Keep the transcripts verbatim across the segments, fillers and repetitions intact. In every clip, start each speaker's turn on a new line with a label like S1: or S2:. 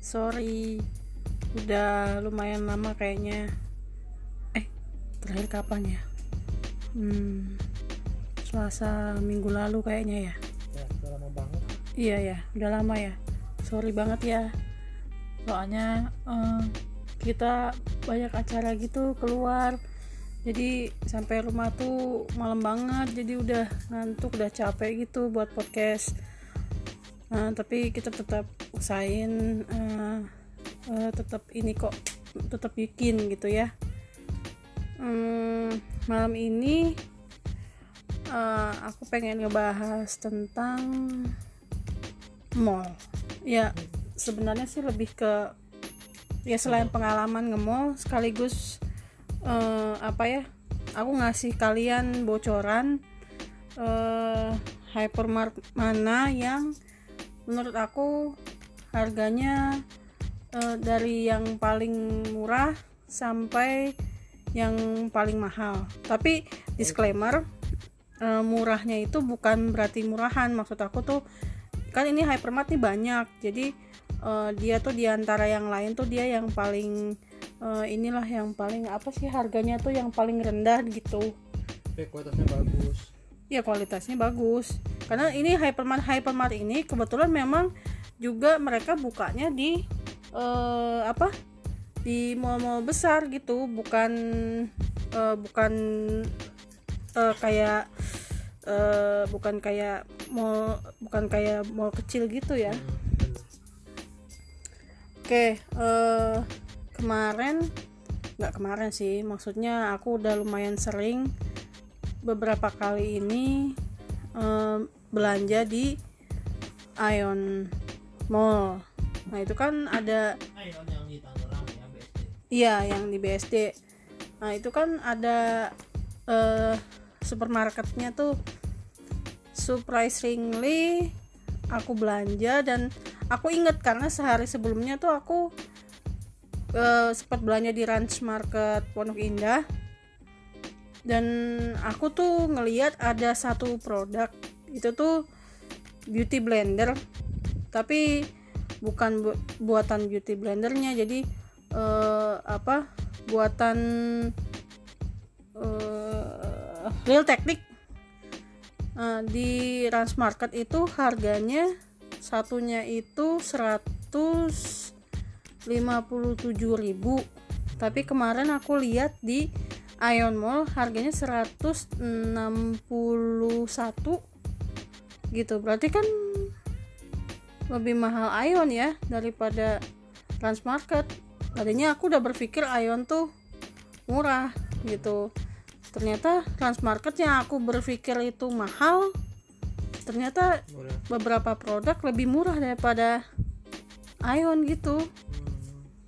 S1: Sorry, udah lumayan lama kayaknya. Eh, terakhir kapan ya? Hmm, Selasa minggu lalu kayaknya ya.
S2: Ya, udah lama banget.
S1: Iya ya, udah lama ya. Sorry banget ya. Soalnya eh, kita banyak acara gitu keluar. Jadi sampai rumah tuh malam banget. Jadi udah ngantuk, udah capek gitu buat podcast. Nah, tapi kita tetap usahain uh, uh, tetap ini kok tetap bikin gitu ya. Hmm, malam ini uh, aku pengen ngebahas tentang mall. Ya sebenarnya sih lebih ke ya selain pengalaman nge-mall sekaligus uh, apa ya? Aku ngasih kalian bocoran uh, hypermart mana yang menurut aku harganya e, dari yang paling murah sampai yang paling mahal. Tapi disclaimer, e, murahnya itu bukan berarti murahan. Maksud aku tuh kan ini hypermart nih banyak. Jadi e, dia tuh diantara yang lain tuh dia yang paling e, inilah yang paling apa sih harganya tuh yang paling rendah gitu.
S2: Tapi kualitasnya bagus.
S1: Ya kualitasnya bagus. Karena ini hypermart hypermart ini kebetulan memang juga mereka bukanya di eh, apa di mall-mall besar gitu, bukan eh, bukan eh, kayak eh, bukan kayak mall bukan kayak mall kecil gitu ya. Oke, eh, kemarin nggak kemarin sih, maksudnya aku udah lumayan sering beberapa kali ini eh, belanja di Aeon Mall. Nah itu kan ada
S2: Aeon yang di Tangerang ya, B S D.
S1: Iya yang di B S D. Nah itu kan ada eh, supermarketnya tuh. Surprisingly aku belanja dan aku inget karena sehari sebelumnya tuh aku eh, sempat belanja di Ranch Market Pondok Indah. Dan aku tuh ngelihat ada satu produk itu tuh beauty blender, tapi bukan bu- buatan beauty blendernya, jadi eh, apa buatan eh, Real Technique. Eh, di Ranch Market itu harganya satunya itu seratus lima puluh tujuh ribu, tapi kemarin aku lihat di Aeon Mall harganya seratus enam puluh satu gitu. Berarti kan lebih mahal Aeon ya daripada Ranch Market. Tadinya aku udah berpikir Aeon tuh murah gitu. Ternyata Ranch Market yang aku berpikir itu mahal, ternyata
S2: Murah.
S1: beberapa produk lebih murah daripada Aeon gitu.
S2: Hmm.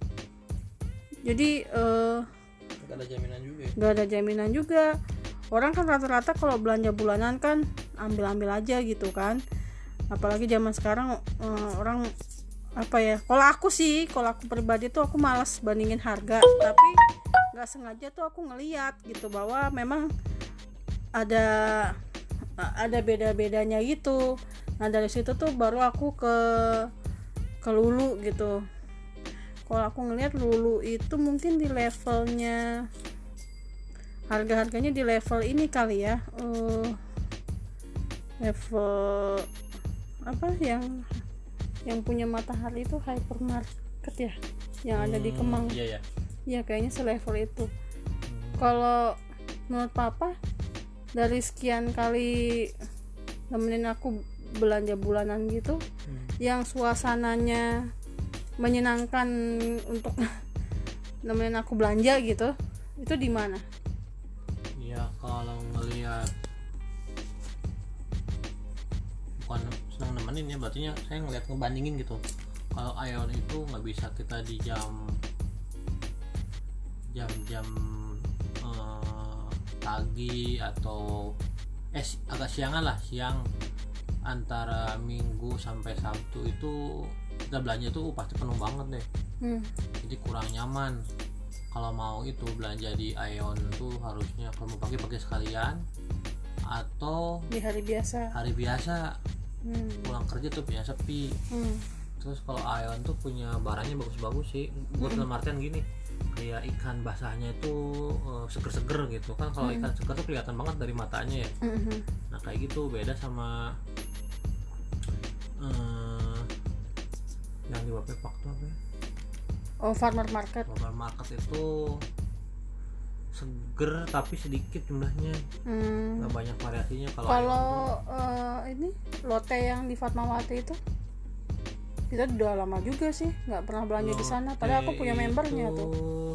S1: Jadi eh
S2: Gak ada jaminan juga ya.
S1: Gak ada jaminan juga. Orang kan rata-rata kalau belanja bulanan kan ambil-ambil aja gitu kan. Apalagi zaman sekarang eh, orang apa ya? Kalau aku sih, kalau aku pribadi tuh aku malas bandingin harga. Tapi nggak sengaja tuh aku ngeliat gitu bahwa memang ada ada beda-bedanya gitu. Nah dari situ tuh baru aku ke ke Lulu gitu. Kalau aku ngelihat Lulu itu mungkin di levelnya harga-harganya di level ini kali ya, uh, level apa yang yang punya matahari itu hypermarket ya, yang ada di Kemang.
S2: Iya ya.
S1: Ya kayaknya selevel itu. Kalau menurut papa dari sekian kali nemenin aku belanja bulanan gitu,
S2: Hmm.
S1: yang suasananya menyenangkan untuk nemenin aku belanja gitu, itu di mana?
S2: Ya kalau ngelihat bukan senang nemenin ya, berarti saya ngelihat ngebandingin gitu. Kalau Aeon itu nggak bisa kita di jam jam-jam eh, pagi atau eh agak siangan lah, siang antara Minggu sampai Sabtu itu kita belanja tuh pasti penuh banget deh.
S1: Hmm.
S2: Jadi kurang nyaman. Kalau mau itu belanja di Aeon tuh harusnya kalau mau pagi-pagi sekalian atau
S1: Di hari biasa.
S2: hari biasa
S1: Hmm.
S2: pulang kerja tuh biasa sepi.
S1: Hmm.
S2: Terus kalau Aeon tuh punya barangnya bagus-bagus sih. Buat dalam artian gini, kayak ikan basahnya itu uh, seger-seger gitu kan. Kalau ikan seger tuh kelihatan banget dari matanya ya.
S1: Mm-hmm.
S2: Nah kayak gitu, beda sama uh, yang di Wapepak tuh apa ya?
S1: Oh, farmer market.
S2: Farmer market itu seger tapi sedikit jumlahnya,
S1: Hmm.
S2: nggak banyak variasinya. Kalau
S1: Kalau uh, ini lote yang di Fatmawati itu, kita udah lama juga sih nggak pernah belanja di sana. Padahal aku punya membernya
S2: itu,
S1: tuh.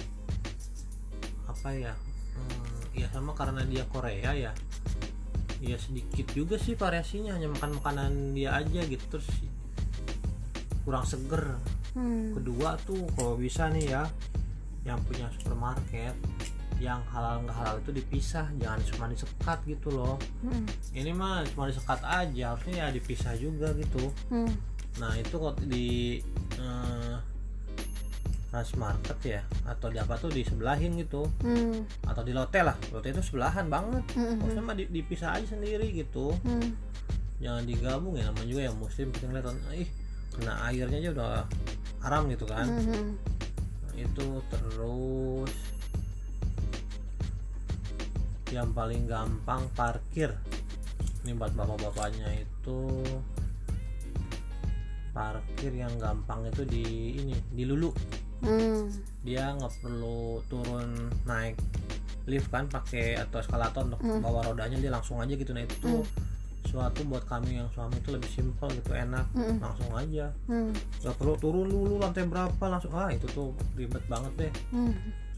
S2: apa ya? Hmm, ya sama karena dia Korea ya. Ya sedikit juga sih variasinya, hanya makan makanan dia aja gitu, terus kurang seger.
S1: Hmm.
S2: Kedua tuh kalau bisa nih ya, yang punya supermarket yang halal nggak halal itu dipisah, jangan cuma disekat gitu loh.
S1: Hmm.
S2: Ini mah cuma disekat aja, harusnya ya dipisah juga gitu.
S1: Hmm.
S2: Nah itu kok di eh, Transmarket ya, atau di apa tuh disebelahin gitu,
S1: Hmm.
S2: atau di Lotte lah, Lotte itu sebelahan banget.
S1: Hmm.
S2: Harusnya mah dipisah aja sendiri gitu,
S1: Hmm.
S2: jangan digabung ya, namanya juga yang muslim kita ngeliat, ih kena airnya aja udah haram gitu kan.
S1: Hmm.
S2: Nah, itu terus yang paling gampang parkir, ini buat bapak-bapaknya itu parkir yang gampang itu di ini di Lulu.
S1: Hmm.
S2: Dia nggak perlu turun naik lift kan, pakai atau eskalator untuk hmm. bawa rodanya, dia langsung aja gitu. Nah itu hmm. suatu buat kami yang suami itu lebih simpel gitu, enak, hmm. langsung aja, hmm. nggak perlu turun dulu lantai berapa langsung, ah itu tuh ribet banget deh. hmm.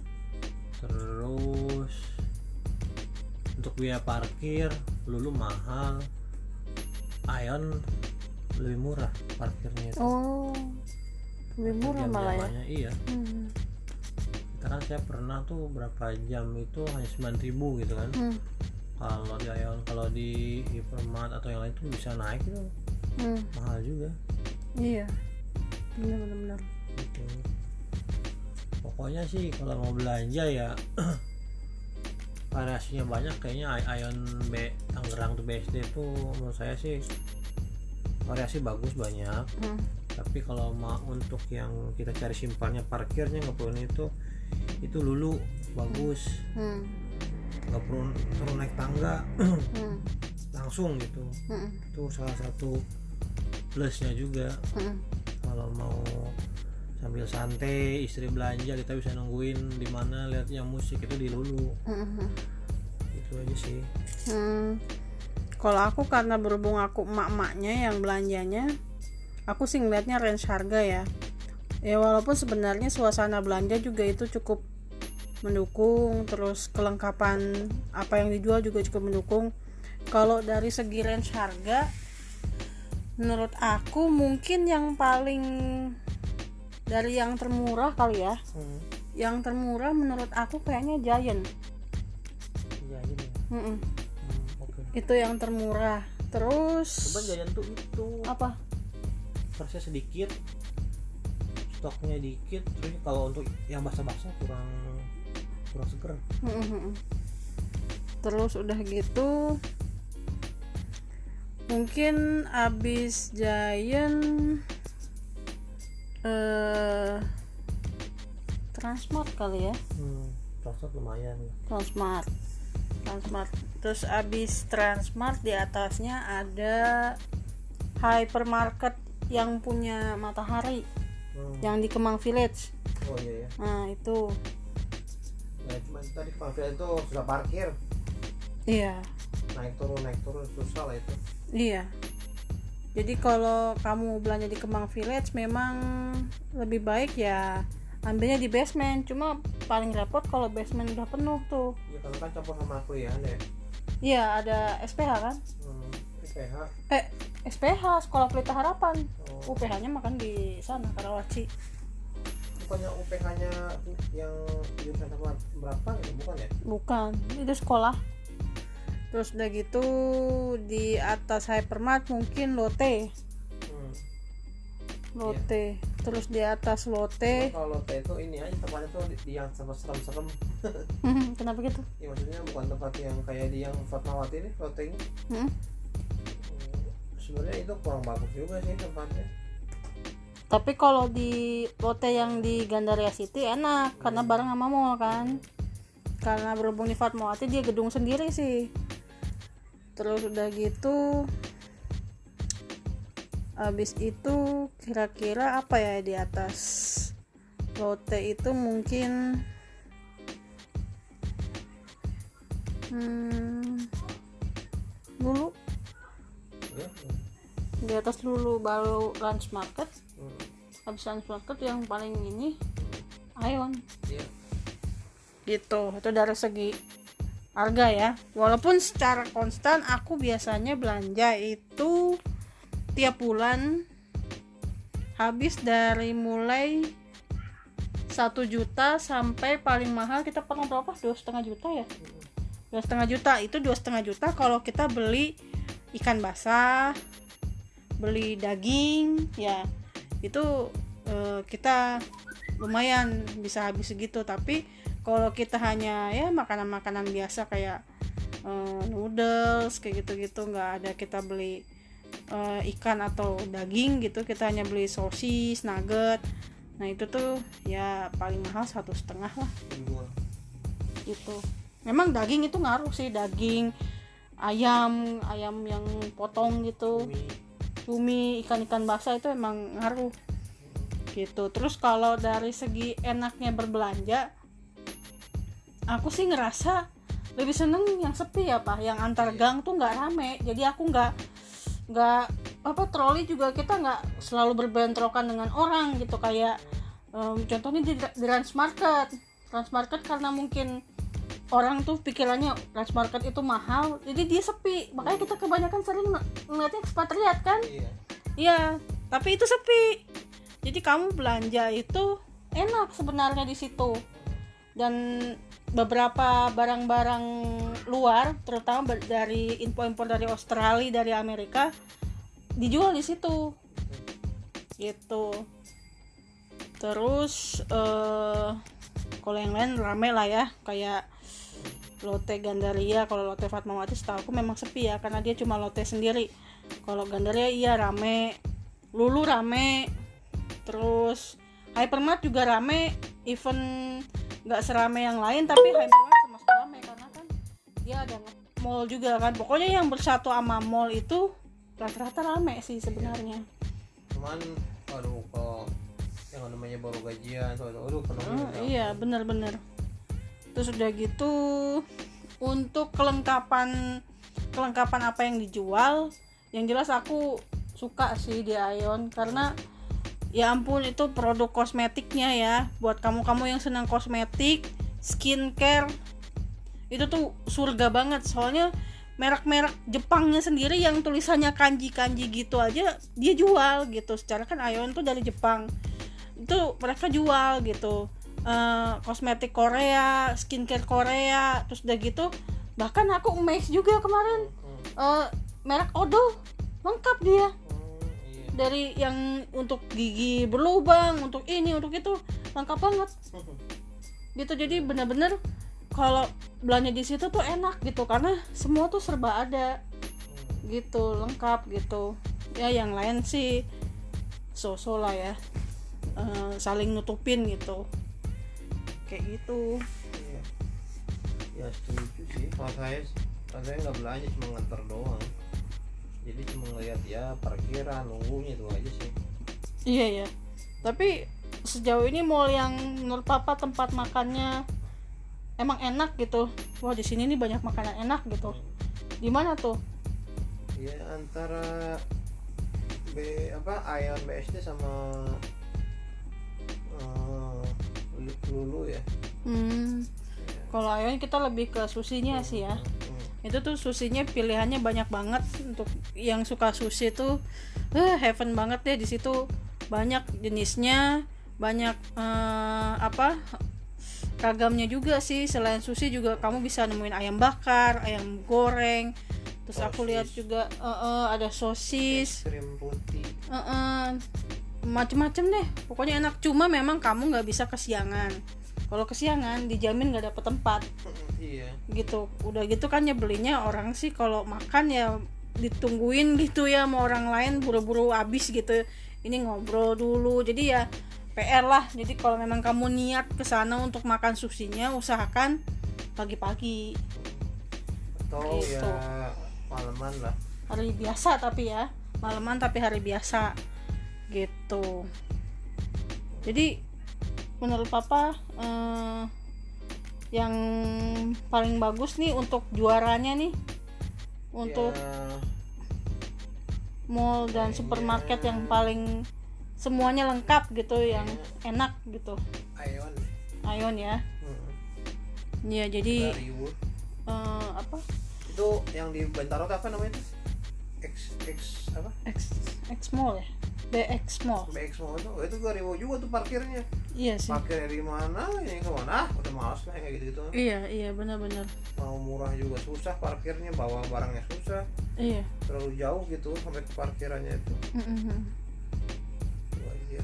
S2: Terus untuk biaya parkir Lulu mahal, Aeon lebih murah parkirnya itu.
S1: Oh, lebih murah malah ya.
S2: Iya.
S1: Hmm.
S2: Karena saya pernah tuh berapa jam itu hanya sembilan ribu gitu kan. Hmm. Kalau di Aeon, kalau di Hypermart atau yang lain tuh bisa naik itu. Hmm. Mahal juga.
S1: Iya. Benar-benar.
S2: Gitu. Pokoknya sih kalau mau belanja ya variasinya banyak, kayaknya Aeon B Tangerang tuh B S D tuh menurut saya sih variasi bagus banyak. Hmm. Tapi kalau mau untuk yang kita cari simpelnya parkirnya nggak perlu itu itu Lulu bagus. Hmm. Nggak perlu turun naik tangga. Hmm. Langsung gitu. Hmm. Itu salah satu plusnya juga. Hmm. Kalau mau sambil santai istri belanja, kita bisa nungguin di mana lihatnya musik itu di Lulu. Mm-hmm. Itu aja sih.
S1: Hmm. Kalau aku karena berhubung aku emak-emaknya yang belanjanya, aku sih ngeliatnya range harga ya. Ya walaupun sebenarnya suasana belanja juga itu cukup mendukung, terus kelengkapan apa yang dijual juga cukup mendukung. Kalau dari segi range harga, menurut aku mungkin yang paling dari yang termurah kali ya. Hmm. Yang termurah menurut aku kayaknya Giant.
S2: Giant ya.
S1: Hmm, okay. Itu yang termurah. Terus
S2: coba Giant tuh itu
S1: apa?
S2: Persnya sedikit, stoknya dikit, terus kalau untuk yang basah-basah kurang kurang seger. Hmm.
S1: Terus udah gitu mungkin abis Giant Uh, Transmart kali ya.
S2: Hmm, Transmart lumayan.
S1: Transmart, Transmart. Terus abis Transmart di atasnya ada hypermarket yang punya Matahari, hmm. yang di Kemang Village.
S2: Oh iya ya.
S1: Nah itu.
S2: Ya cuma tadi Kemang Village itu sudah parkir.
S1: Iya.
S2: Naik turun naik turun susah lah itu.
S1: Iya. Jadi kalau kamu belanja di Kemang Village memang lebih baik ya ambilnya di basement. Cuma paling repot kalau basement udah penuh tuh.
S2: Ya karena kan campur sama kuliahan ya.
S1: Iya ada S P H kan?
S2: Hmm, S P H.
S1: Eh S P H Sekolah Pelita Harapan.
S2: Oh.
S1: U P H-nya makan di sana Karawaci.
S2: Bukannya U P H-nya yang jurusan berapa gitu bukan ya?
S1: Bukan, itu sekolah. Terus udah gitu di atas hypermart mungkin Lotte. Hmm. Lotte. Yeah. Terus di atas Lotte.
S2: Oh, kalau Lotte itu ini aja tempatnya tuh di, di yang sama serem-serem.
S1: Kenapa gitu?
S2: Ya maksudnya bukan tempat yang kayak di yang Fatmawati ini, Lotte ini. Hmm? Hmm, sebenarnya itu kurang bagus juga sih tempatnya.
S1: Tapi kalau di Lotte yang di Gandaria City enak karena bareng sama mall kan. Karena berhubung di Fatmawati dia gedung sendiri sih. Terus udah gitu habis itu kira-kira apa ya di atas Lotte itu mungkin hmm, Lulu
S2: Ya.
S1: di atas Lulu baru Lunch Market. Habis Lunch Market yang paling ini Aeon
S2: Iya.
S1: gitu. Itu dari segi harga ya, walaupun secara konstan aku biasanya belanja itu tiap bulan habis dari mulai satu juta sampai paling mahal kita pernah berapa, dua setengah juta ya, dua setengah juta. Itu dua setengah juta kalau kita beli ikan basah, beli daging ya, itu eh, kita lumayan bisa habis segitu. Tapi kalau kita hanya ya makanan-makanan biasa kayak eh, noodles kayak gitu-gitu, nggak ada kita beli eh, ikan atau daging gitu, kita hanya beli sosis, nugget, nah itu tuh ya paling mahal satu setengah lah gitu. Memang daging itu ngaruh sih, daging ayam ayam yang potong gitu, cumi, ikan-ikan basah itu emang ngaruh gitu. Terus kalau dari segi enaknya berbelanja, aku sih ngerasa lebih seneng yang sepi ya Pak, yang antar gang tuh nggak rame. Jadi aku nggak nggak apa troli juga kita nggak selalu berbentrokan dengan orang gitu. Kayak um, contohnya di, di Transmarket Transmarket karena mungkin orang tuh pikirannya Transmarket itu mahal, jadi dia sepi. Makanya kita kebanyakan sering ngeliatnya ekspatriat kan.
S2: Iya.
S1: Iya, tapi itu sepi. Jadi kamu belanja itu enak sebenarnya di situ. Dan beberapa barang-barang luar, terutama dari impor-impor dari Australia, dari Amerika, dijual di situ. Gitu. Terus eh, kalau yang lain rame lah ya, kayak Lotte Gandaria. Kalau Lotte Fatmawati setahu aku memang sepi ya, karena dia cuma Lotte sendiri. Kalau Gandaria iya rame, Lulu rame, terus Hypermart juga rame, even nggak serame yang lain, tapi Hypermart termasuk rame karena kan dia ada mall juga kan. Pokoknya yang bersatu sama mall itu rata-rata rame sih sebenarnya.
S2: Cuman aduh kalau yang namanya baru gajian, aduh penuh.
S1: Oh, iya bener-bener. Terus udah gitu untuk kelengkapan kelengkapan apa yang dijual, yang jelas aku suka sih di Aeon karena ya ampun itu produk kosmetiknya ya, buat kamu-kamu yang senang kosmetik, skincare itu tuh surga banget. Soalnya merek-merek Jepangnya sendiri yang tulisannya kanji-kanji gitu aja dia jual gitu. Secara kan Aeon tuh dari Jepang, itu mereka jual gitu. Uh, kosmetik Korea, skincare Korea, terus udah gitu bahkan aku amazed juga kemarin uh, merek odol lengkap dia, dari yang untuk gigi berlubang, untuk ini, untuk itu lengkap banget gitu. Jadi benar-benar kalau belanja di situ tuh enak gitu karena semua tuh serba ada gitu, lengkap gitu ya. Yang lain sih so-so lah ya, uh, saling nutupin gitu kayak gitu.
S2: Iya. Ya setuju sih. Kalau saya, kalau saya nggak belanja, cuma nganter doang. Jadi cuma ngeliat ya parkiran, nunggunya itu aja sih.
S1: Iya ya. Tapi sejauh ini mall yang menurut Papa tempat makannya emang enak gitu. Wah di sini nih banyak makanan enak gitu. Di mana tuh?
S2: Ya antara B apa Aeon B S D sama uh, Lulu ya.
S1: Hmm.
S2: Ya.
S1: Kalau Aeon kita lebih ke susinya hmm. sih ya. Hmm. Itu tuh susinya pilihannya banyak banget. Untuk yang suka sushi tuh uh, heaven banget deh di situ. Banyak jenisnya, banyak uh, apa? ragamnya juga sih. Selain sushi juga kamu bisa nemuin ayam bakar, ayam goreng. Terus sosis. Aku lihat juga uh, uh, ada sosis,
S2: krim putih.
S1: Uh, uh, macem-macem deh. Pokoknya enak. Cuma memang kamu nggak bisa kesiangan. Kalau kesiangan dijamin nggak dapet tempat.
S2: Iya.
S1: Gitu. Udah gitu kan ya belinya orang sih kalau makan ya ditungguin gitu ya sama orang lain, buru-buru habis gitu, ini ngobrol dulu. Jadi ya P R lah. Jadi kalau memang kamu niat ke sana untuk makan sushinya, usahakan pagi-pagi
S2: atau
S1: gitu.
S2: ya malaman lah,
S1: hari biasa, tapi ya malaman tapi hari biasa gitu. Jadi menurut papa eh, yang paling bagus nih untuk juaranya nih untuk
S2: ya,
S1: mall dan supermarket yang paling semuanya lengkap gitu, yang enak gitu,
S2: Aeon.
S1: Aeon ya.
S2: Hmm.
S1: Ya jadi
S2: Dari Wood.
S1: eh, apa
S2: Itu yang di Bentaro apa namanya itu? X X apa?
S1: X X Mall ya, B X Mall.
S2: B X Mall itu, oh, itu gua ribu juga tuh parkirnya.
S1: Iya sih.
S2: Parkirnya di mana? Ini kemana? Ah, udah malas lah kayak gitu-gitu.
S1: Iya iya benar-benar.
S2: Mau murah juga susah parkirnya, bawa barangnya susah.
S1: Iya.
S2: Terlalu jauh gitu sampai ke parkirannya itu.
S1: Mm-mm.
S2: Itu aja.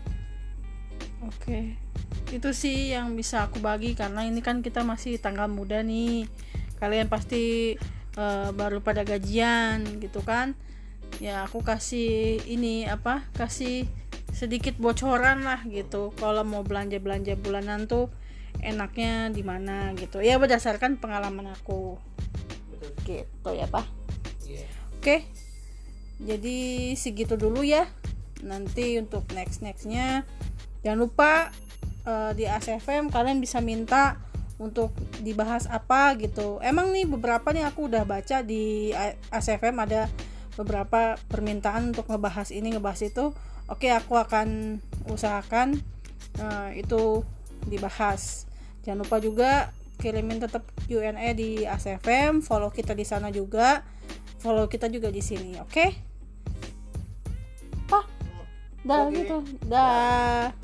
S1: Oke, itu sih yang bisa aku bagi karena ini kan kita masih tanggal muda nih. Kalian pasti uh, baru pada gajian gitu kan. Ya aku kasih ini apa? Kasih sedikit bocoran lah gitu. Kalau mau belanja-belanja bulanan tuh enaknya di mana gitu. Ya berdasarkan pengalaman aku.
S2: Betul.
S1: Gitu ya, Pak.
S2: Iya.
S1: Oke. Jadi segitu dulu ya. Nanti untuk next-nextnya jangan lupa uh, di A S F M kalian bisa minta untuk dibahas apa gitu. Emang nih beberapa nih aku udah baca di A S F M ada beberapa permintaan untuk ngebahas ini ngebahas itu. Oke, aku akan usahakan uh, itu dibahas. Jangan lupa juga kirimin tetap Q and A di A S F M, follow kita di sana juga, follow kita juga di sini. Oke? Pak, dah
S2: Oke.
S1: gitu, dah.